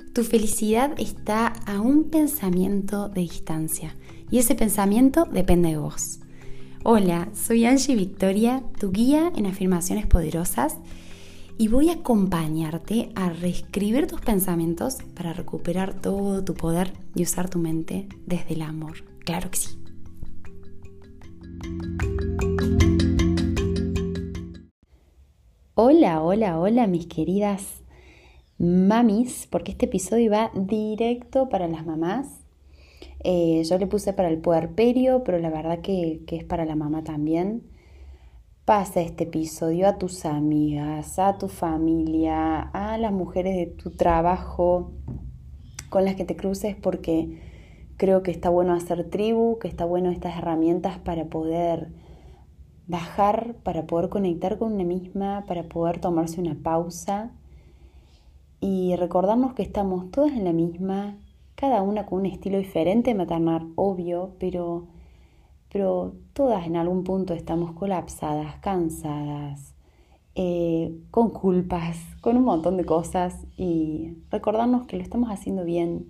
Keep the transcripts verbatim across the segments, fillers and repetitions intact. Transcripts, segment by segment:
Tu felicidad está a un pensamiento de distancia y ese pensamiento depende de vos. Hola, soy Angie Victoria, tu guía en afirmaciones poderosas y voy a acompañarte a reescribir tus pensamientos para recuperar todo tu poder y usar tu mente desde el amor. Claro que sí. Hola, hola, hola mis queridas mamis, porque este episodio va directo para las mamás. Eh, yo le puse para el puerperio, pero la verdad que, que es para la mamá también. Pasa este episodio a tus amigas, a tu familia, a las mujeres de tu trabajo con las que te cruces, porque creo que está bueno hacer tribu, que está bueno estas herramientas para poder bajar, para poder conectar con una misma, para poder tomarse una pausa y recordarnos que estamos todas en la misma, cada una con un estilo diferente de maternar, obvio, pero, pero todas en algún punto estamos colapsadas, cansadas, eh, con culpas, con un montón de cosas y recordarnos que lo estamos haciendo bien,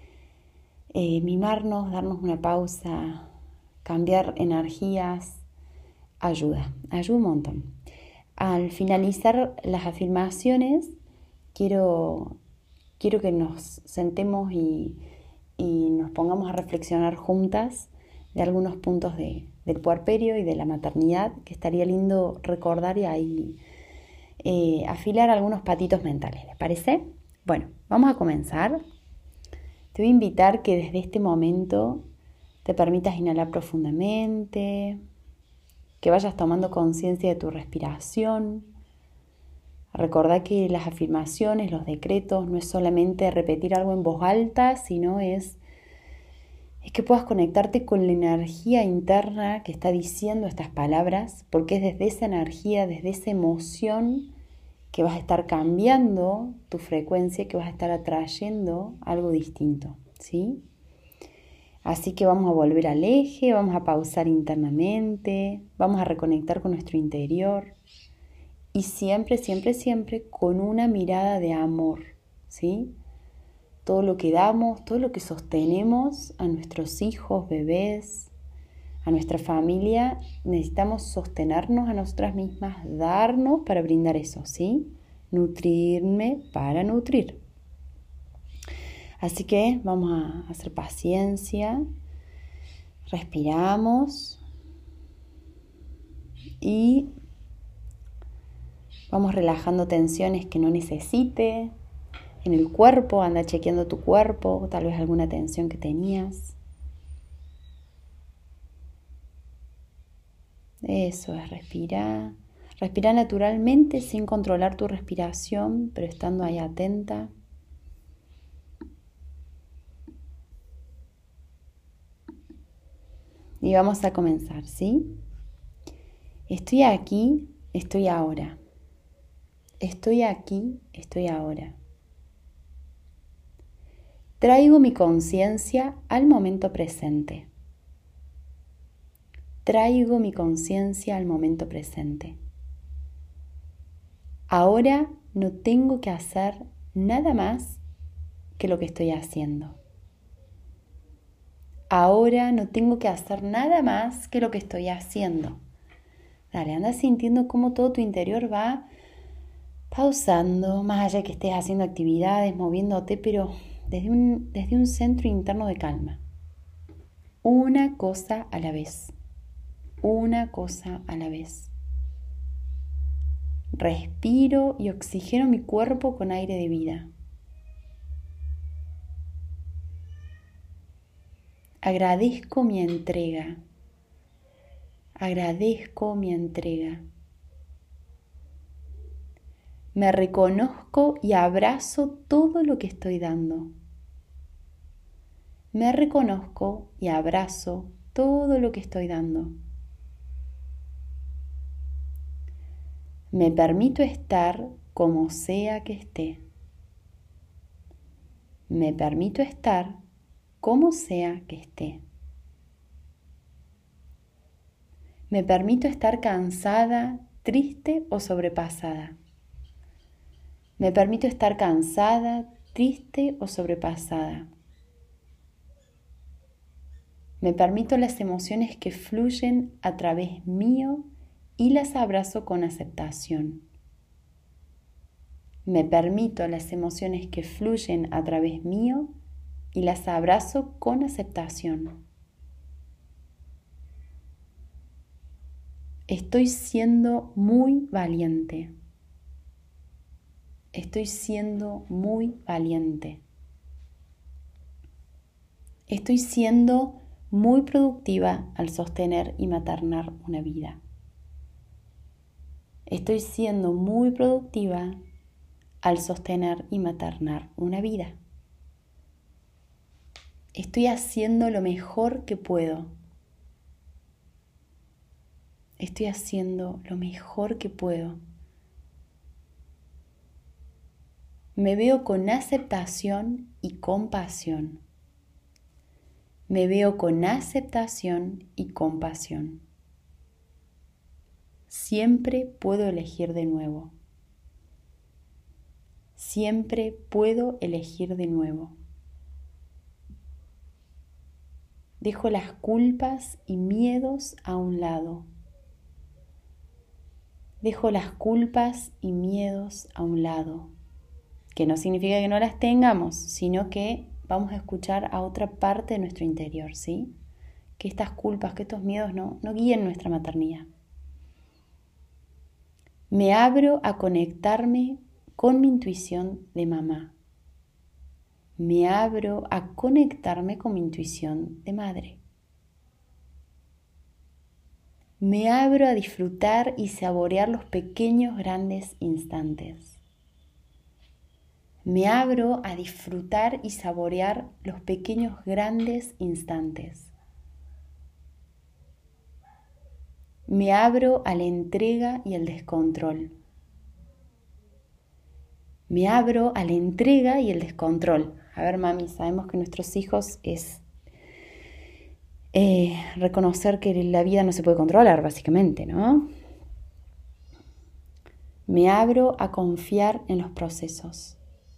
eh, mimarnos, darnos una pausa, cambiar energías, ayuda, ayuda un montón. Al finalizar las afirmaciones, quiero, quiero que nos sentemos y, y nos pongamos a reflexionar juntas de algunos puntos de, del puerperio y de la maternidad, que estaría lindo recordar y ahí eh, afilar algunos patitos mentales, ¿les parece? Bueno, vamos a comenzar. Te voy a invitar que desde este momento te permitas inhalar profundamente, que vayas tomando conciencia de tu respiración. Recordá que las afirmaciones, los decretos, no es solamente repetir algo en voz alta, sino es, es que puedas conectarte con la energía interna que está diciendo estas palabras, porque es desde esa energía, desde esa emoción que vas a estar cambiando tu frecuencia, que vas a estar atrayendo algo distinto, ¿sí? Así que vamos a volver al eje, vamos a pausar internamente, vamos a reconectar con nuestro interior. Y siempre, siempre, siempre con una mirada de amor, ¿sí? Todo lo que damos, todo lo que sostenemos a nuestros hijos, bebés, a nuestra familia, necesitamos sostenernos a nosotras mismas, darnos para brindar eso, ¿sí? Nutrirme para nutrir. Así que vamos a hacer paciencia, respiramos y vamos relajando tensiones que no necesite en el cuerpo. Anda chequeando tu cuerpo, tal vez alguna tensión que tenías. Eso es, respira. Respira naturalmente sin controlar tu respiración, pero estando ahí atenta. Y vamos a comenzar, ¿sí? Estoy aquí, estoy ahora. Estoy aquí, estoy ahora. Traigo mi conciencia al momento presente. Traigo mi conciencia al momento presente. Ahora no tengo que hacer nada más que lo que estoy haciendo. Ahora no tengo que hacer nada más que lo que estoy haciendo. Dale, anda sintiendo cómo todo tu interior va pausando, más allá de que estés haciendo actividades, moviéndote, pero desde un, desde un centro interno de calma. Una cosa a la vez. Una cosa a la vez. Respiro y oxigeno mi cuerpo con aire de vida. Agradezco mi entrega. Agradezco mi entrega. Me reconozco y abrazo todo lo que estoy dando. Me reconozco y abrazo todo lo que estoy dando. Me permito estar como sea que esté. Me permito estar como sea que esté. Me permito estar cansada, triste o sobrepasada. Me permito estar cansada, triste o sobrepasada. Me permito las emociones que fluyen a través mío y las abrazo con aceptación. Me permito las emociones que fluyen a través mío y las abrazo con aceptación. Estoy siendo muy valiente. Estoy siendo muy valiente. Estoy siendo muy productiva al sostener y maternar una vida. Estoy siendo muy productiva al sostener y maternar una vida. Estoy haciendo lo mejor que puedo. Estoy haciendo lo mejor que puedo. Me veo con aceptación y compasión. Me veo con aceptación y compasión. Siempre puedo elegir de nuevo. Siempre puedo elegir de nuevo. Dejo las culpas y miedos a un lado. Dejo las culpas y miedos a un lado. Que no significa que no las tengamos, sino que vamos a escuchar a otra parte de nuestro interior, ¿sí? Que estas culpas, que estos miedos no, no guíen nuestra maternidad. Me abro a conectarme con mi intuición de mamá. Me abro a conectarme con mi intuición de madre. Me abro a disfrutar y saborear los pequeños grandes instantes. Me abro a disfrutar y saborear los pequeños grandes instantes. Me abro a la entrega y al descontrol. Me abro a la entrega y el descontrol. A ver, mami, sabemos que nuestros hijos es eh, reconocer que la vida no se puede controlar, básicamente, ¿no? Me abro a confiar en los procesos.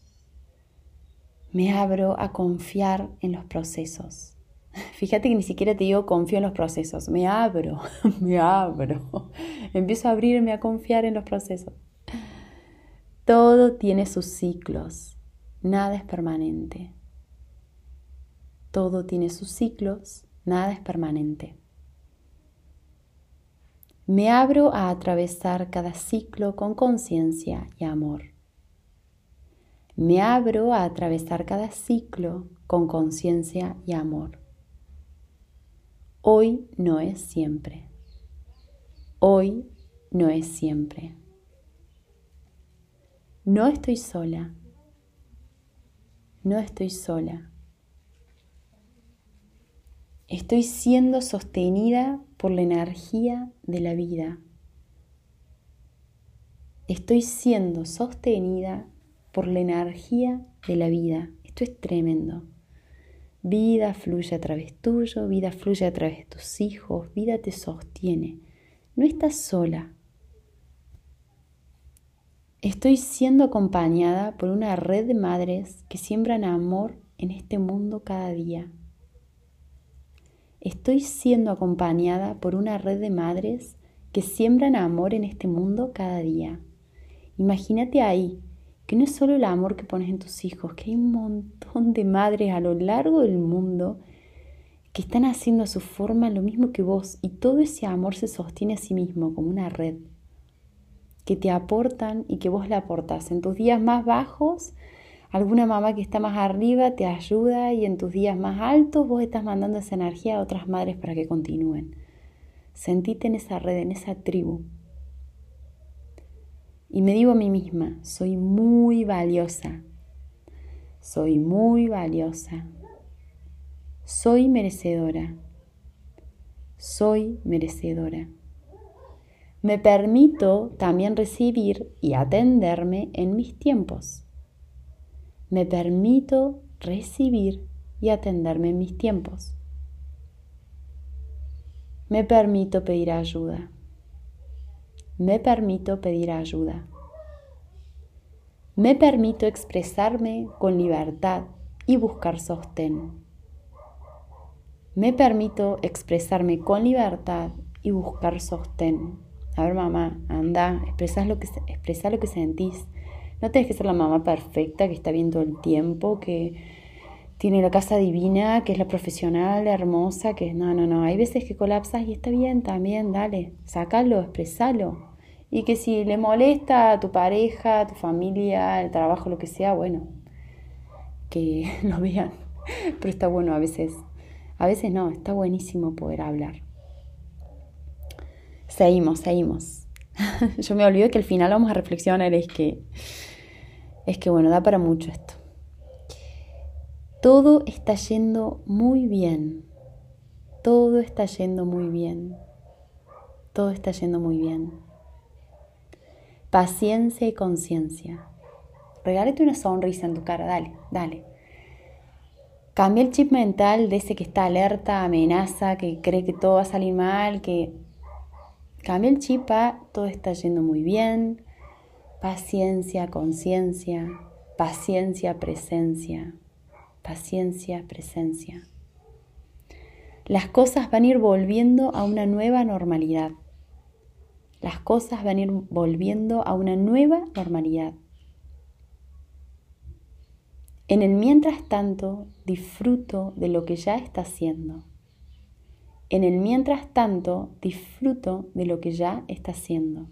Me abro a confiar en los procesos. Fíjate que ni siquiera te digo confío en los procesos. Me abro, me abro. Empiezo a abrirme a confiar en los procesos. Todo tiene sus ciclos. Nada es permanente. Todo tiene sus ciclos. Nada es permanente. Me abro a atravesar cada ciclo con conciencia y amor. Me abro a atravesar cada ciclo con conciencia y amor. Hoy no es siempre. Hoy no es siempre. No estoy sola. No estoy sola. Estoy siendo sostenida por la energía de la vida. Estoy siendo sostenida por la energía de la vida. Esto es tremendo. Vida fluye a través tuyo, vida fluye a través de tus hijos, vida te sostiene. No estás sola. Estoy siendo acompañada por una red de madres que siembran amor en este mundo cada día. Estoy siendo acompañada por una red de madres que siembran amor en este mundo cada día. Imagínate ahí, que no es solo el amor que pones en tus hijos, que hay un montón de madres a lo largo del mundo que están haciendo a su forma lo mismo que vos, y todo ese amor se sostiene a sí mismo como una red que te aportan y que vos le aportás. En tus días más bajos, alguna mamá que está más arriba te ayuda, y en tus días más altos vos estás mandando esa energía a otras madres para que continúen. Sentite en esa red, en esa tribu. Y me digo a mí misma, soy muy valiosa, soy muy valiosa, soy merecedora, soy merecedora. Me permito también recibir y atenderme en mis tiempos. Me permito recibir y atenderme en mis tiempos. Me permito pedir ayuda. Me permito pedir ayuda. Me permito expresarme con libertad y buscar sostén. Me permito expresarme con libertad y buscar sostén. A ver, mamá, anda, expresá lo que, expresá lo que sentís. No tenés que ser la mamá perfecta que está bien todo el tiempo, que tiene la casa divina, que es la profesional, la hermosa, que no, no, no. Hay veces que colapsas y está bien también, dale, sácalo, expresalo. Y que si le molesta a tu pareja, a tu familia, el trabajo, lo que sea, bueno, que lo vean. Pero está bueno a veces, a veces no, está buenísimo poder hablar. Seguimos, seguimos. Yo me olvido que al final vamos a reflexionar, es que, es que bueno, da para mucho esto. Todo está yendo muy bien. Todo está yendo muy bien. Todo está yendo muy bien. Paciencia y conciencia. Regálate una sonrisa en tu cara, dale, dale. Cambia el chip mental de ese que está alerta, amenaza, que cree que todo va a salir mal, que cambia el chip a todo está yendo muy bien. Paciencia, conciencia, paciencia, presencia, paciencia, presencia. Las cosas van a ir volviendo a una nueva normalidad. Las cosas van a ir volviendo a una nueva normalidad. En el mientras tanto, disfruto de lo que ya está haciendo. En el mientras tanto, disfruto de lo que ya está haciendo.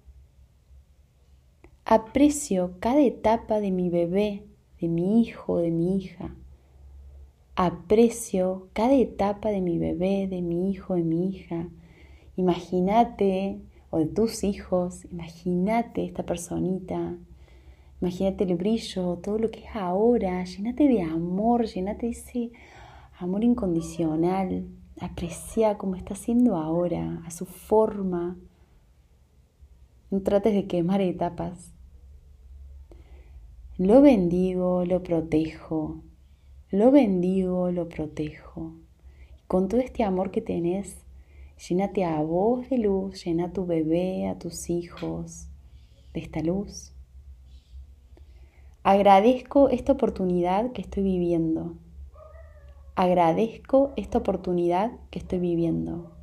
Aprecio cada etapa de mi bebé, de mi hijo, de mi hija. Aprecio cada etapa de mi bebé, de mi hijo, de mi hija. Imagínate, o de tus hijos, imagínate esta personita. Imagínate el brillo, todo lo que es ahora. Llénate de amor, llénate de ese amor incondicional. Aprecia cómo está siendo ahora, a su forma. No trates de quemar etapas. Lo bendigo, lo protejo. Lo bendigo, lo protejo. Con todo este amor que tenés, llénate a vos de luz, llena a tu bebé, a tus hijos de esta luz. Agradezco esta oportunidad que estoy viviendo. Agradezco esta oportunidad que estoy viviendo.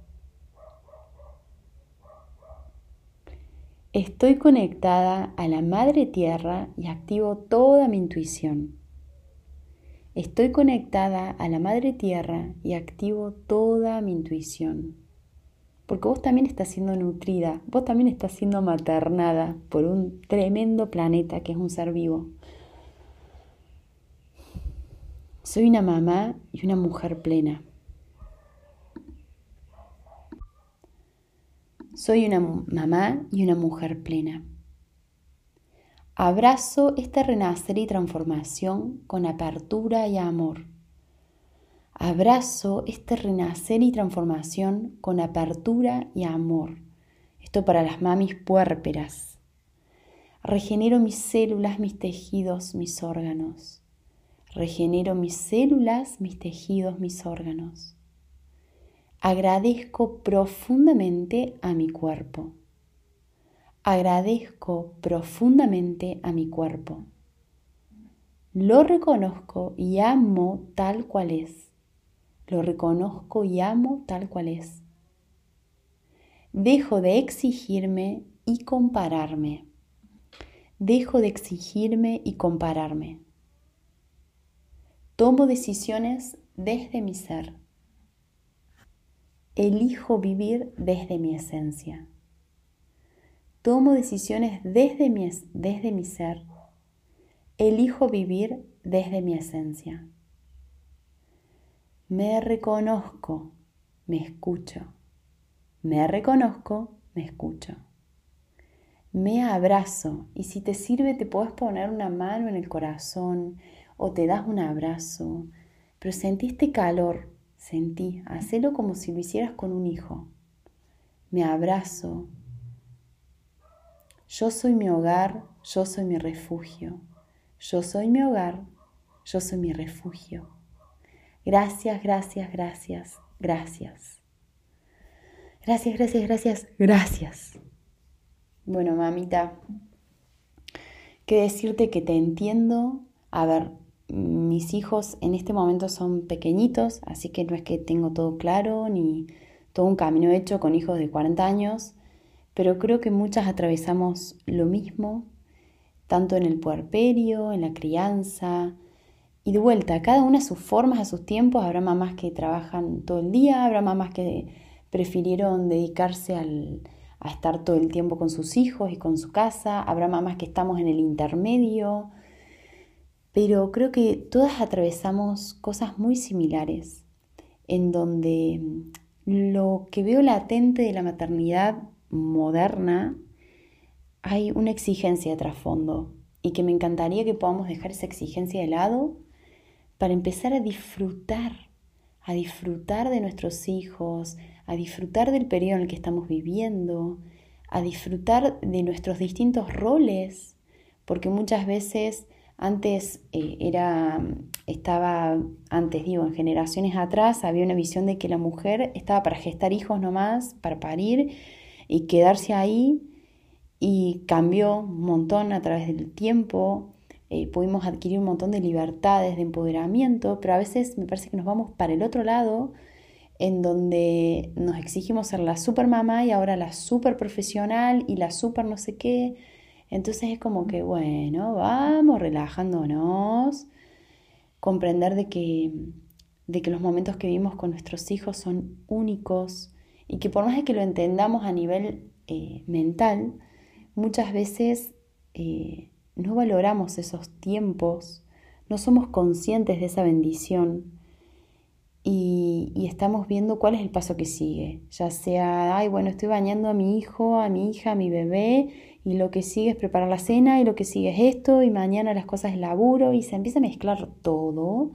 Estoy conectada a la Madre Tierra y activo toda mi intuición. Estoy conectada a la Madre Tierra y activo toda mi intuición. Porque vos también estás siendo nutrida, vos también estás siendo maternada por un tremendo planeta que es un ser vivo. Soy una mamá y una mujer plena. Soy una mamá y una mujer plena. Abrazo este renacer y transformación con apertura y amor. Abrazo este renacer y transformación con apertura y amor. Esto para las mamis puérperas. Regenero mis células, mis tejidos, mis órganos. Regenero mis células, mis tejidos, mis órganos. Agradezco profundamente a mi cuerpo. Agradezco profundamente a mi cuerpo. Lo reconozco y amo tal cual es. Lo reconozco y amo tal cual es. Dejo de exigirme y compararme. Dejo de exigirme y compararme. Tomo decisiones desde mi ser. Elijo vivir desde mi esencia. Tomo decisiones desde mi, desde mi ser. Elijo vivir desde mi esencia. Me reconozco, me escucho. Me reconozco, me escucho. Me abrazo y si te sirve te puedes poner una mano en el corazón o te das un abrazo. Pero sentí este calor, sentí, hacelo como si lo hicieras con un hijo. Me abrazo. Yo soy mi hogar, yo soy mi refugio. Yo soy mi hogar, yo soy mi refugio. Gracias, gracias, gracias, gracias. Gracias, gracias, gracias, gracias. Bueno, mamita, que decirte que te entiendo. A ver, mis hijos en este momento son pequeñitos, así que no es que tengo todo claro ni todo un camino hecho con hijos de cuarenta años, pero creo que muchas atravesamos lo mismo, tanto en el puerperio, en la crianza, y de vuelta, cada una a sus formas, a sus tiempos. Habrá mamás que trabajan todo el día, habrá mamás que prefirieron dedicarse al, a estar todo el tiempo con sus hijos y con su casa, habrá mamás que estamos en el intermedio, pero creo que todas atravesamos cosas muy similares, en donde lo que veo latente de la maternidad moderna, hay una exigencia de trasfondo y que me encantaría que podamos dejar esa exigencia de lado para empezar a disfrutar, a disfrutar de nuestros hijos, a disfrutar del periodo en el que estamos viviendo, a disfrutar de nuestros distintos roles, porque muchas veces antes eh, era, estaba, antes digo, en generaciones atrás había una visión de que la mujer estaba para gestar hijos nomás, para parir y quedarse ahí, y cambió un montón a través del tiempo. Eh, pudimos adquirir un montón de libertades, de empoderamiento, pero a veces me parece que nos vamos para el otro lado, en donde nos exigimos ser la super mamá y ahora la super profesional y la super no sé qué. Entonces es como que, bueno, vamos relajándonos, comprender de que, de que los momentos que vivimos con nuestros hijos son únicos y que por más de que lo entendamos a nivel eh, mental, muchas veces eh, no valoramos esos tiempos, no somos conscientes de esa bendición. Y, y estamos viendo cuál es el paso que sigue, ya sea, ay, bueno, estoy bañando a mi hijo, a mi hija, a mi bebé, y lo que sigue es preparar la cena, y lo que sigue es esto, y mañana las cosas del laburo, y se empieza a mezclar todo.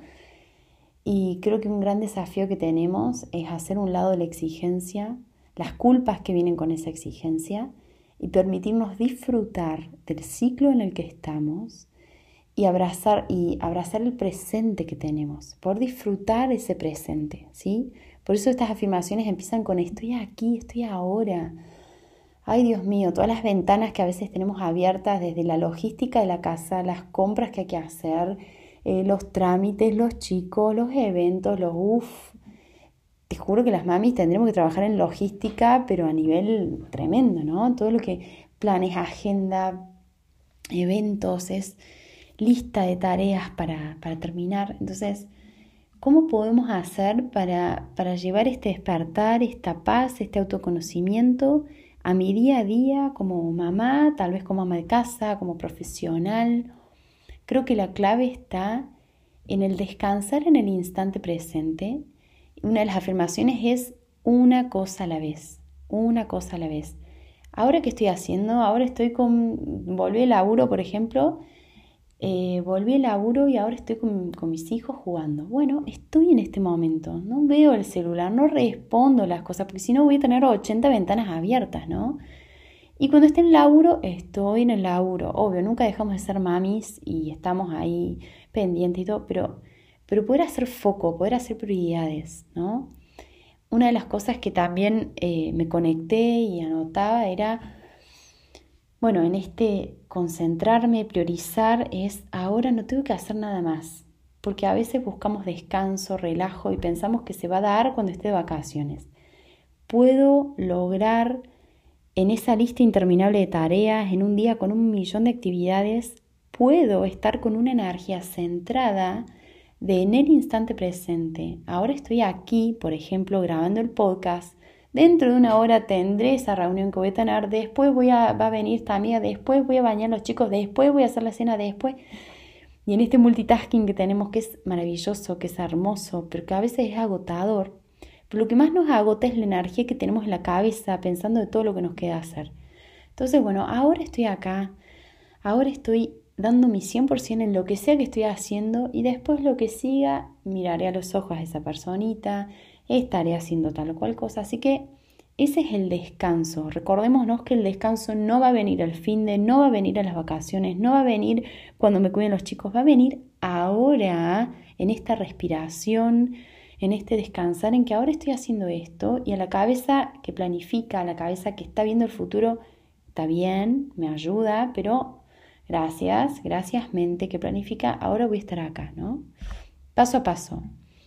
Y creo que un gran desafío que tenemos es hacer un lado de la exigencia, las culpas que vienen con esa exigencia, y permitirnos disfrutar del ciclo en el que estamos, y abrazar, y abrazar el presente que tenemos, poder disfrutar ese presente, ¿sí? Por eso estas afirmaciones empiezan con estoy aquí, estoy ahora. Ay, Dios mío, todas las ventanas que a veces tenemos abiertas desde la logística de la casa, las compras que hay que hacer, eh, los trámites, los chicos, los eventos, los uff. Te juro que las mamis tendremos que trabajar en logística, pero a nivel tremendo, ¿no? Todo lo que planes, agenda, eventos, es lista de tareas para, para terminar. Entonces, ¿cómo podemos hacer para, para llevar este despertar, esta paz, este autoconocimiento a mi día a día como mamá, tal vez como ama de casa, como profesional? Creo que la clave está en el descansar en el instante presente. Una de las afirmaciones es una cosa a la vez, una cosa a la vez. Ahora, ¿qué estoy haciendo? Ahora estoy con, volví al laburo, por ejemplo, Eh, volví al laburo y ahora estoy con, con mis hijos jugando. Bueno, estoy en este momento, no veo el celular, no respondo las cosas, porque si no voy a tener ochenta ventanas abiertas, ¿no? Y cuando esté en el laburo, estoy en el laburo. Obvio, nunca dejamos de ser mamis y estamos ahí pendientes y todo, pero, pero poder hacer foco, poder hacer prioridades, ¿no? Una de las cosas que también eh, me conecté y anotaba era, bueno, en este concentrarme, priorizar, es ahora no tengo que hacer nada más, porque a veces buscamos descanso, relajo y pensamos que se va a dar cuando esté de vacaciones. Puedo lograr en esa lista interminable de tareas, en un día con un millón de actividades, puedo estar con una energía centrada de en el instante presente. Ahora estoy aquí, por ejemplo, grabando el podcast. Dentro de una hora tendré esa reunión que voy a tener, después voy a, va a venir esta amiga, después voy a bañar a los chicos, después voy a hacer la cena, después. Y en este multitasking que tenemos, que es maravilloso, que es hermoso, pero que a veces es agotador. Pero lo que más nos agota es la energía que tenemos en la cabeza pensando de todo lo que nos queda hacer. Entonces, bueno, ahora estoy acá, ahora estoy dando mi cien por ciento en lo que sea que estoy haciendo y después lo que siga, miraré a los ojos a esa personita, estaré haciendo tal o cual cosa. Así que ese es el descanso. Recordémonos que el descanso no va a venir al fin de, no va a venir a las vacaciones, no va a venir cuando me cuiden los chicos, va a venir ahora, en esta respiración, en este descansar, en que ahora estoy haciendo esto, y a la cabeza que planifica, a la cabeza que está viendo el futuro, está bien, me ayuda, pero Gracias, gracias mente que planifica, ahora voy a estar acá, ¿no? Paso a paso.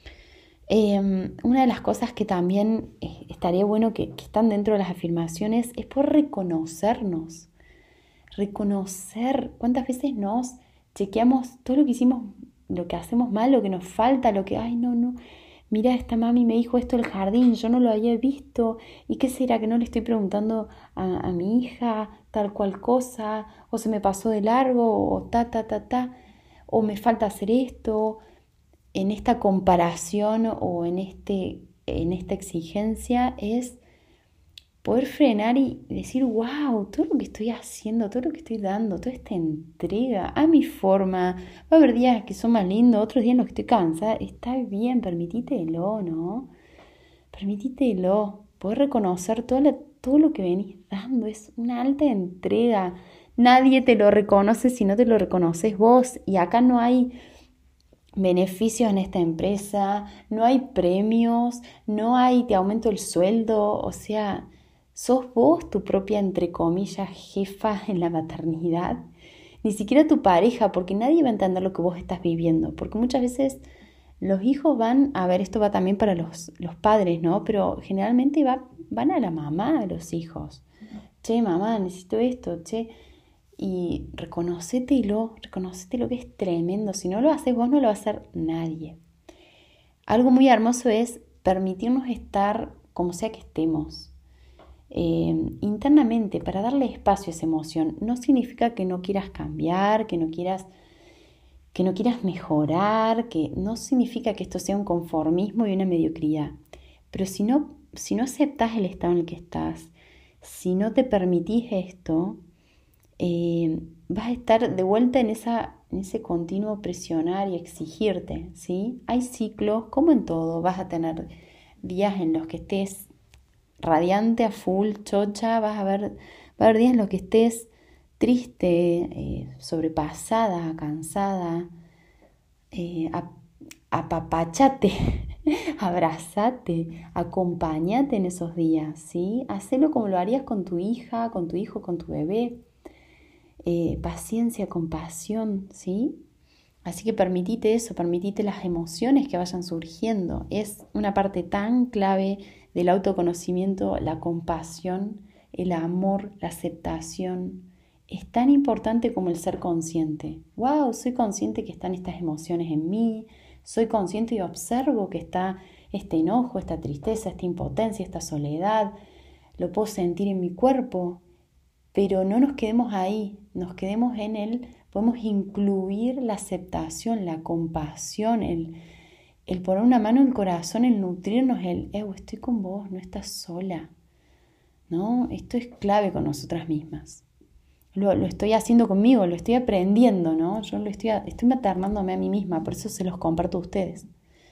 Eh, una de las cosas que también eh, estaría bueno que, que están dentro de las afirmaciones es por reconocernos. Reconocer cuántas veces nos chequeamos todo lo que hicimos, lo que hacemos mal, lo que nos falta, lo que, ay, no, no, mira, esta mami me dijo esto del jardín, yo no lo había visto, ¿y qué será que no le estoy preguntando a, a mi hija tal cual cosa, o se me pasó de largo, o ta, ta, ta, ta, o me falta hacer esto? En esta comparación o en, este, en esta exigencia es poder frenar y decir, wow, todo lo que estoy haciendo, todo lo que estoy dando, toda esta entrega a mi forma, va a haber días que son más lindos, otros días en los que estoy cansada, está bien, permitítelo, ¿no? Permitítelo, poder reconocer todo lo, todo lo que venís dando, es una alta entrega, nadie te lo reconoce si no te lo reconoces vos, y acá no hay beneficios en esta empresa, no hay premios, no hay te aumento el sueldo, o sea, sos vos tu propia, entre comillas, jefa en la maternidad, ni siquiera tu pareja, porque nadie va a entender lo que vos estás viviendo, porque muchas veces los hijos van, a ver, esto va también para los, los padres, ¿no? Pero generalmente va, van a la mamá, a los hijos. Che, mamá, necesito esto, che. Y reconocételo, reconocételo que es tremendo. Si no lo haces vos, no lo va a hacer nadie. Algo muy hermoso es permitirnos estar como sea que estemos. Eh, internamente, para darle espacio a esa emoción. No significa que no quieras cambiar, que no quieras, que no quieras mejorar, que no significa que esto sea un conformismo y una mediocridad. Pero si no, si no aceptas el estado en el que estás, si no te permitís esto, eh, vas a estar de vuelta en, esa, en ese continuo presionar y exigirte, ¿sí? Hay ciclos, como en todo, vas a tener días en los que estés radiante, a full, chocha, vas a ver, va a haber días en los que estés triste, eh, sobrepasada, cansada, eh, apapachate, abrazate, acompáñate en esos días, ¿sí? Hacelo como lo harías con tu hija, con tu hijo, con tu bebé. Eh, paciencia, compasión, ¿sí? Así que permitite eso, permitite las emociones que vayan surgiendo. Es una parte tan clave del autoconocimiento, la compasión, el amor, la aceptación. Es tan importante como el ser consciente. ¡Wow! Soy consciente que están estas emociones en mí. Soy consciente y observo que está este enojo, esta tristeza, esta impotencia, esta soledad. Lo puedo sentir en mi cuerpo. Pero no nos quedemos ahí, nos quedemos en él, podemos incluir la aceptación, la compasión, el, el poner una mano en el corazón, el nutrirnos, el, eh, estoy con vos, no estás sola, ¿no? Esto es clave con nosotras mismas. Lo, lo estoy haciendo conmigo, lo estoy aprendiendo, ¿no? Yo lo estoy, estoy maternándome a mí misma, por eso se los comparto a ustedes.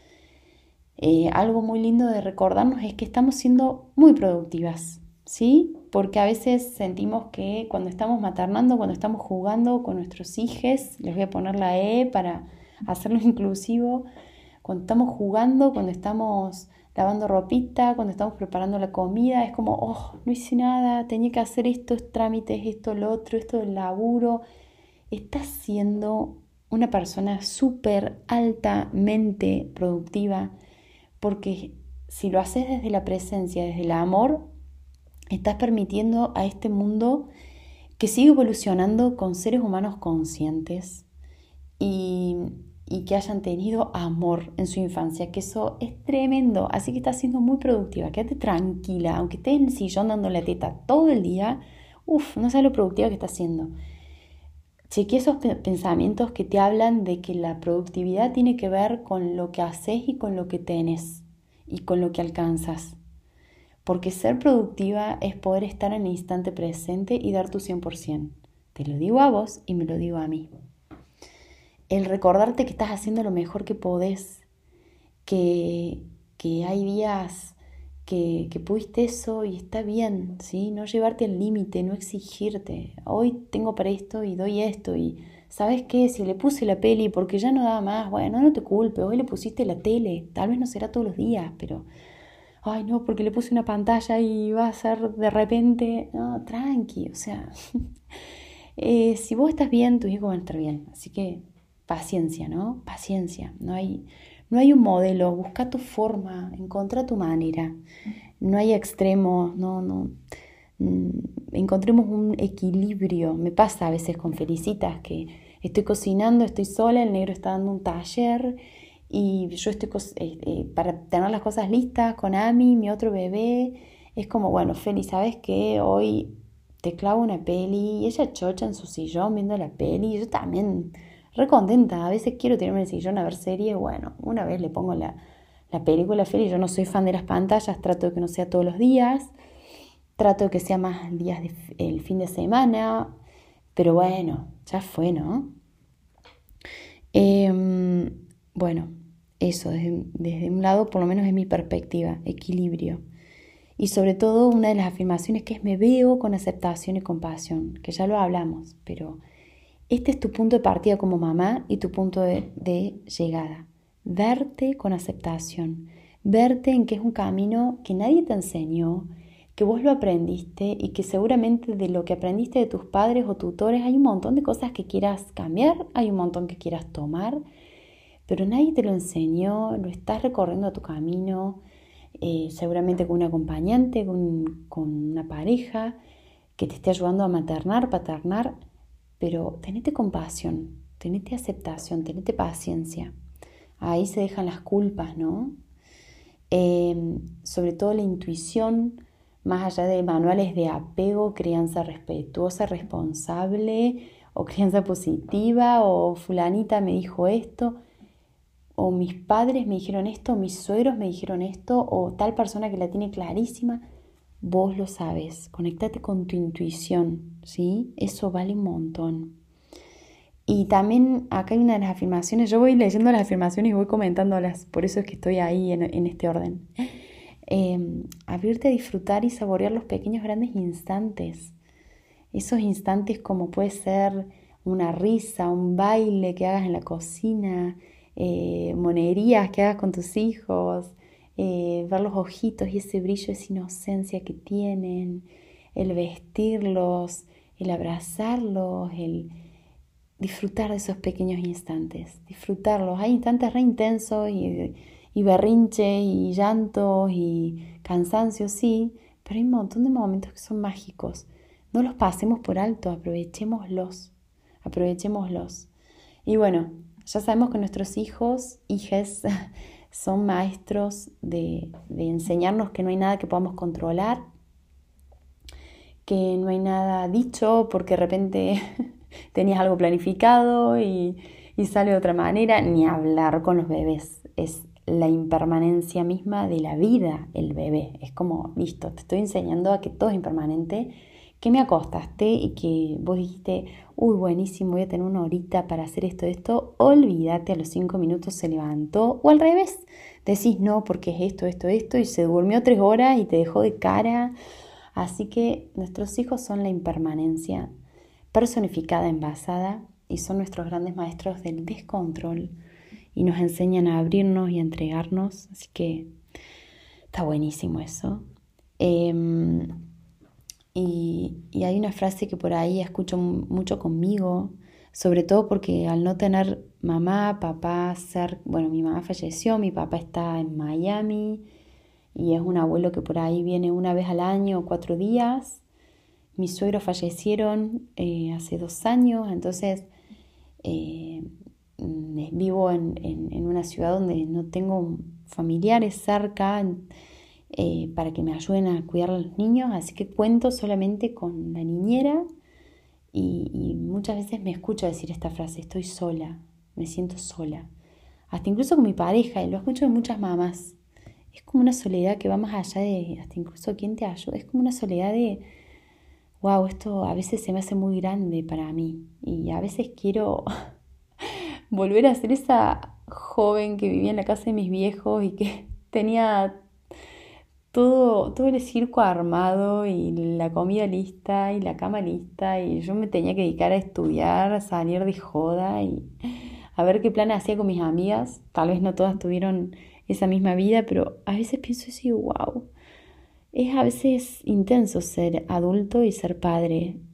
Eh, algo muy lindo de recordarnos es que estamos siendo muy productivas, ¿sí? Porque a veces sentimos que cuando estamos maternando, cuando estamos jugando con nuestros hijos, les voy a poner la E para hacerlo inclusivo, cuando estamos jugando, cuando estamos lavando ropita, cuando estamos preparando la comida, es como, oh, no hice nada, tenía que hacer estos trámites, esto, lo otro, esto del laburo. Estás siendo una persona súper altamente productiva, porque si lo haces desde la presencia, desde el amor, estás permitiendo a este mundo que siga evolucionando con seres humanos conscientes y, y que hayan tenido amor en su infancia, que eso es tremendo. Así que estás siendo muy productiva, quédate tranquila, aunque estés en el sillón dando la teta todo el día, uff, no sabes lo productiva que estás siendo. Chequea esos pensamientos que te hablan de que la productividad tiene que ver con lo que haces y con lo que tenés y con lo que alcanzas. Porque ser productiva es poder estar en el instante presente y dar tu cien por ciento. Te lo digo a vos y me lo digo a mí. El recordarte que estás haciendo lo mejor que podés, que, que hay días que, que pudiste eso y está bien, ¿sí? No llevarte al límite, no exigirte. Hoy tengo para esto y doy esto y ¿sabes qué? Si le puse la peli porque ya no daba más, bueno, no te culpes, hoy le pusiste la tele, tal vez no será todos los días, pero ay no, porque le puse una pantalla y va a ser de repente, no, tranqui, o sea, Eh, si vos estás bien, tus hijos van a estar bien. Así que paciencia, ¿no? Paciencia. No hay, no hay un modelo. Busca tu forma, encontra tu manera. No hay extremos, no, no. Mm, encontremos un equilibrio. Me pasa a veces con Felicitas que estoy cocinando, estoy sola, el negro está dando un taller y yo estoy eh, eh, para tener las cosas listas con Ami, mi otro bebé. Es como, bueno, Feli, ¿sabes qué? Hoy te clavo una peli y ella chocha en su sillón viendo la peli y yo también re contenta. A veces quiero tirarme en el sillón a ver series. Bueno, una vez le pongo la, la película a Feli. Yo no soy fan de las pantallas, trato de que no sea todos los días. Trato de que sea más días de, el fin de semana, pero bueno, ya fue, ¿no? Eh, bueno, eso, desde, desde un lado, por lo menos es mi perspectiva, equilibrio. Y sobre todo una de las afirmaciones que es me veo con aceptación y compasión, que ya lo hablamos, pero este es tu punto de partida como mamá y tu punto de, de llegada. Verte con aceptación, verte en que es un camino que nadie te enseñó, que vos lo aprendiste y que seguramente de lo que aprendiste de tus padres o tutores hay un montón de cosas que quieras cambiar, hay un montón que quieras tomar, pero nadie te lo enseñó, lo estás recorriendo a tu camino, eh, seguramente con un acompañante, con, con una pareja que te esté ayudando a maternar, paternar, pero tenete compasión, tenete aceptación, tenete paciencia. Ahí se dejan las culpas, ¿no? Eh, sobre todo la intuición, más allá de manuales de apego, crianza respetuosa, responsable, o crianza positiva, o fulanita me dijo esto, o mis padres me dijeron esto, o mis suegros me dijeron esto, o tal persona que la tiene clarísima. Vos lo sabes, conectate con tu intuición, ¿sí? Eso vale un montón. Y también acá hay una de las afirmaciones, yo voy leyendo las afirmaciones y voy comentándolas, por eso es que estoy ahí en, en este orden. Eh, abrirte a disfrutar y saborear los pequeños grandes instantes. Esos instantes como puede ser una risa, un baile que hagas en la cocina, eh, monerías que hagas con tus hijos, eh, ver los ojitos y ese brillo, esa inocencia que tienen, el vestirlos, el abrazarlos, el disfrutar de esos pequeños instantes, disfrutarlos. Hay instantes re intensos y, y berrinche y llantos y cansancio, sí, pero hay un montón de momentos que son mágicos. No los pasemos por alto, aprovechémoslos, aprovechémoslos. Y bueno, ya sabemos que nuestros hijos, hijes, son maestros de, de enseñarnos que no hay nada que podamos controlar, que no hay nada dicho porque de repente tenías algo planificado y, y sale de otra manera. Ni hablar con los bebés, es la impermanencia misma de la vida, el bebé. Es como, listo, te estoy enseñando a que todo es impermanente, que me acostaste y que vos dijiste, uy, buenísimo, voy a tener una horita para hacer esto, esto, olvídate, a los cinco minutos se levantó, o al revés, decís no, porque es esto, esto, esto, y se durmió tres horas y te dejó de cara. Así que nuestros hijos son la impermanencia personificada, envasada, y son nuestros grandes maestros del descontrol y nos enseñan a abrirnos y a entregarnos, así que está buenísimo eso. Eh, y, y hay una frase que por ahí escucho mucho conmigo, sobre todo porque al no tener mamá, papá, ser, bueno, mi mamá falleció, mi papá está en Miami y es un abuelo que por ahí viene una vez al año o cuatro días. Mis suegros fallecieron eh, hace dos años, entonces eh, vivo en, en, en una ciudad donde no tengo familiares cerca eh, para que me ayuden a cuidar a los niños, así que cuento solamente con la niñera y, y muchas veces me escucho decir esta frase, estoy sola, me siento sola, hasta incluso con mi pareja, y lo escucho de muchas mamás. Es como una soledad que va más allá de hasta incluso quién te ayuda, es como una soledad de wow, esto a veces se me hace muy grande para mí y a veces quiero volver a ser esa joven que vivía en la casa de mis viejos y que tenía todo, todo el circo armado y la comida lista y la cama lista y yo me tenía que dedicar a estudiar, a salir de joda y a ver qué plan hacía con mis amigas. Tal vez no todas tuvieron esa misma vida, pero a veces pienso así, wow. Es a veces intenso ser adulto y ser padre.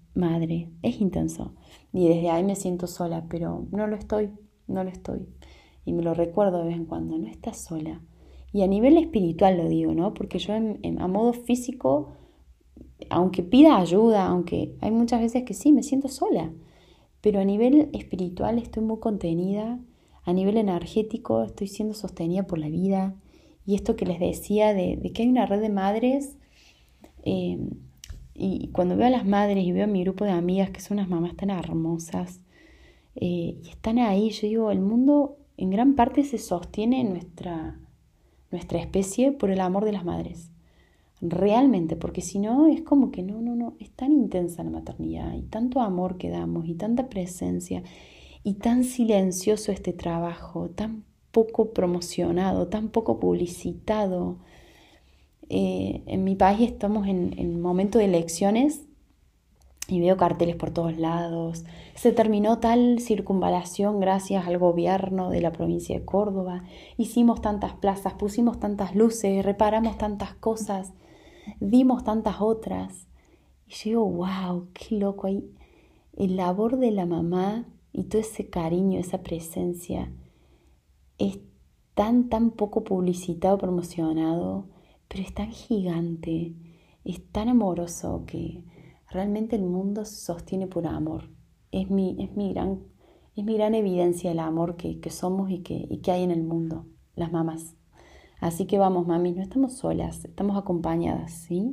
madre, es intenso. Y desde ahí me siento sola, pero no lo estoy, no lo estoy. Y me lo recuerdo de vez en cuando, no estás sola. Y a nivel espiritual lo digo, ¿no? Porque yo en, en, a modo físico, aunque pida ayuda, aunque hay muchas veces que sí, me siento sola. Pero a nivel espiritual estoy muy contenida, a nivel energético estoy siendo sostenida por la vida. Y esto que les decía de, de que hay una red de madres, eh, y cuando veo a las madres y veo a mi grupo de amigas que son unas mamás tan hermosas, eh, y están ahí, yo digo, el mundo en gran parte se sostiene en nuestra, nuestra especie por el amor de las madres. Realmente, porque si no es como que no, no, no, es tan intensa la maternidad y tanto amor que damos y tanta presencia y tan silencioso este trabajo, tan poco promocionado, tan poco publicitado. Eh, en mi país estamos en el momento de elecciones y veo carteles por todos lados. Se terminó tal circunvalación gracias al gobierno de la provincia de Córdoba. Hicimos tantas plazas, pusimos tantas luces, reparamos tantas cosas, dimos tantas otras. Y yo digo, wow, qué loco. Ahí el labor de la mamá y todo ese cariño, esa presencia es tan, tan poco publicitado, promocionado, pero es tan gigante, es tan amoroso que realmente el mundo se sostiene por amor. Es mi, es mi, gran, es mi gran evidencia el amor que, que somos y que, y que hay en el mundo, las mamás. Así que vamos, mami, no estamos solas, estamos acompañadas, ¿sí?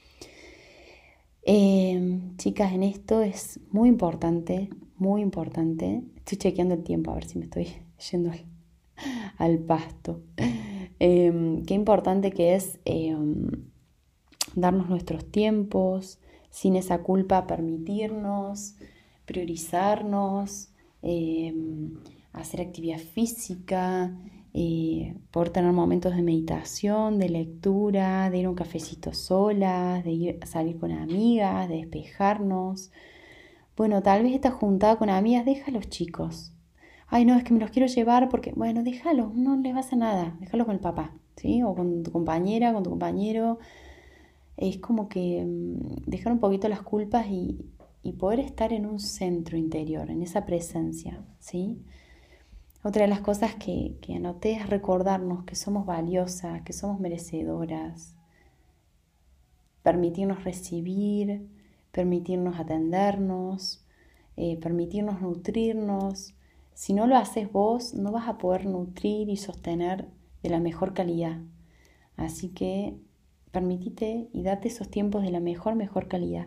Eh, chicas, en esto es muy importante, muy importante. Estoy chequeando el tiempo a ver si me estoy yendo al, al pasto. Eh, qué importante que es eh, darnos nuestros tiempos, sin esa culpa permitirnos, priorizarnos, eh, hacer actividad física, eh, poder tener momentos de meditación, de lectura, de ir a un cafecito solas, de ir a salir con amigas, de despejarnos. Bueno, tal vez esta juntada con amigas, deja a los chicos. Ay, no, es que me los quiero llevar porque, bueno, déjalos, no les pasa nada, déjalos con el papá, ¿sí? O con tu compañera, con tu compañero. Es como que mmm, dejar un poquito las culpas y, y poder estar en un centro interior, en esa presencia, ¿sí? Otra de las cosas que, que anoté es recordarnos que somos valiosas, que somos merecedoras, permitirnos recibir, permitirnos atendernos, eh, permitirnos nutrirnos. Si no lo haces vos, no vas a poder nutrir y sostener de la mejor calidad. Así que permitite y date esos tiempos de la mejor, mejor calidad.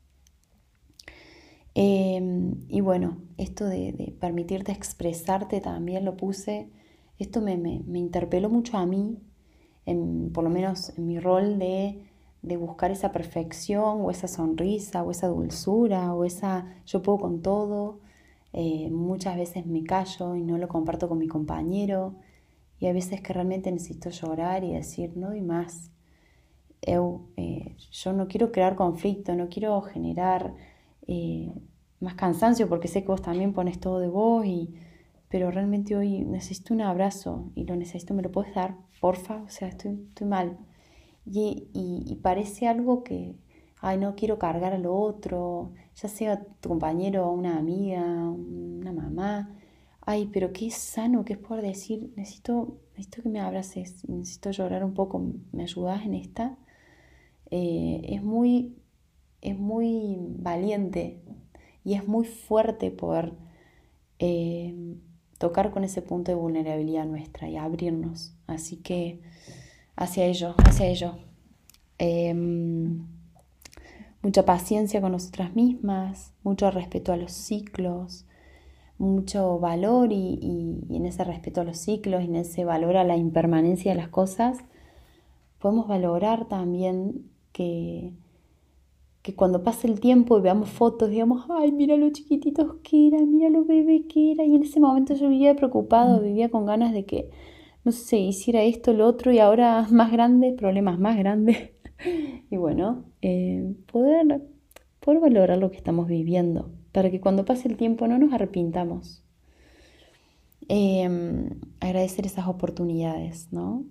Eh, y bueno, esto de, de permitirte expresarte también lo puse. Esto me, me, me interpeló mucho a mí, en, por lo menos en mi rol de, de buscar esa perfección o esa sonrisa o esa dulzura o esa yo puedo con todo. Eh, muchas veces me callo y no lo comparto con mi compañero y hay veces que realmente necesito llorar y decir no doy más. Eu, eh, yo no quiero crear conflicto, no quiero generar eh, más cansancio porque sé que vos también pones todo de vos, y, pero realmente hoy necesito un abrazo y lo necesito, ¿me lo puedes dar? Porfa, o sea, estoy, estoy mal. Y, y, y parece algo que, ay, no quiero cargar al otro, ya sea tu compañero, una amiga, una mamá. Ay, pero qué sano que es poder decir, necesito, necesito que me abraces, necesito llorar un poco, ¿me ayudas en esta? Eh, es muy, es muy valiente y es muy fuerte poder eh, tocar con ese punto de vulnerabilidad nuestra y abrirnos. Así que hacia ello, hacia ello. Eh, mucha paciencia con nosotras mismas, mucho respeto a los ciclos, mucho valor y, y, y en ese respeto a los ciclos y en ese valor a la impermanencia de las cosas, podemos valorar también que, que cuando pase el tiempo y veamos fotos, digamos, ay, mira lo chiquititos que era, mira lo bebé que era, y en ese momento yo vivía preocupado, vivía con ganas de que, no sé, hiciera esto, lo otro, y ahora más grande, problemas más grandes. Y bueno, eh, poder, poder valorar lo que estamos viviendo, para que cuando pase el tiempo no nos arrepintamos. Eh, agradecer esas oportunidades, ¿no?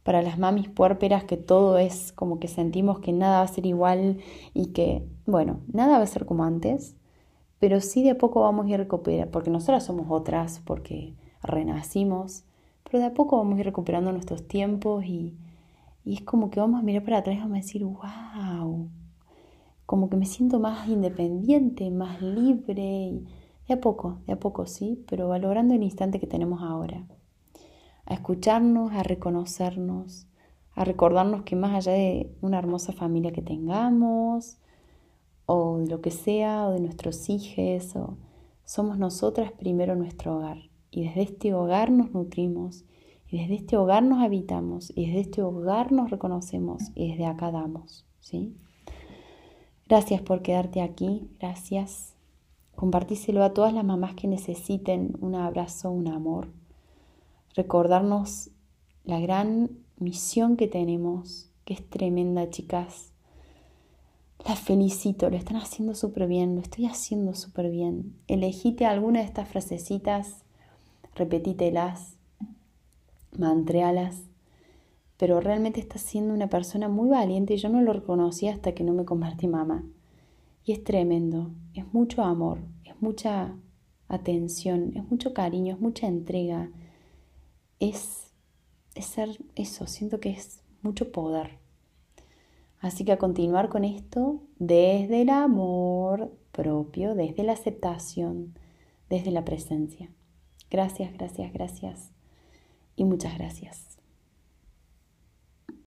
para las mamis puérperas que todo es como que sentimos que nada va a ser igual y que, bueno, nada va a ser como antes, pero sí de a poco vamos a ir recuperando, porque nosotras somos otras, porque renacimos, pero de a poco vamos a ir recuperando nuestros tiempos y, y es como que vamos a mirar para atrás y vamos a decir, wow, como que me siento más independiente, más libre, y de a poco, de a poco, sí, pero valorando el instante que tenemos ahora. A escucharnos, a reconocernos, a recordarnos que más allá de una hermosa familia que tengamos, o de lo que sea, o de nuestros hijos, o somos nosotras primero nuestro hogar. Y desde este hogar nos nutrimos, y desde este hogar nos habitamos, y desde este hogar nos reconocemos, y desde acá damos, ¿sí? Gracias por quedarte aquí, gracias. Compartíselo a todas las mamás que necesiten un abrazo, un amor. Recordarnos la gran misión que tenemos, que es tremenda, chicas. Las felicito, lo están haciendo súper bien, lo estoy haciendo súper bien. Elegite alguna de estas frasecitas, repetítelas, mantréalas, pero realmente estás siendo una persona muy valiente y yo no lo reconocí hasta que no me convertí mamá. Y es tremendo, es mucho amor, es mucha atención, es mucho cariño, es mucha entrega, es, es ser eso, siento que es mucho poder. Así que a continuar con esto desde el amor propio, desde la aceptación, desde la presencia. Gracias, gracias, gracias y muchas gracias.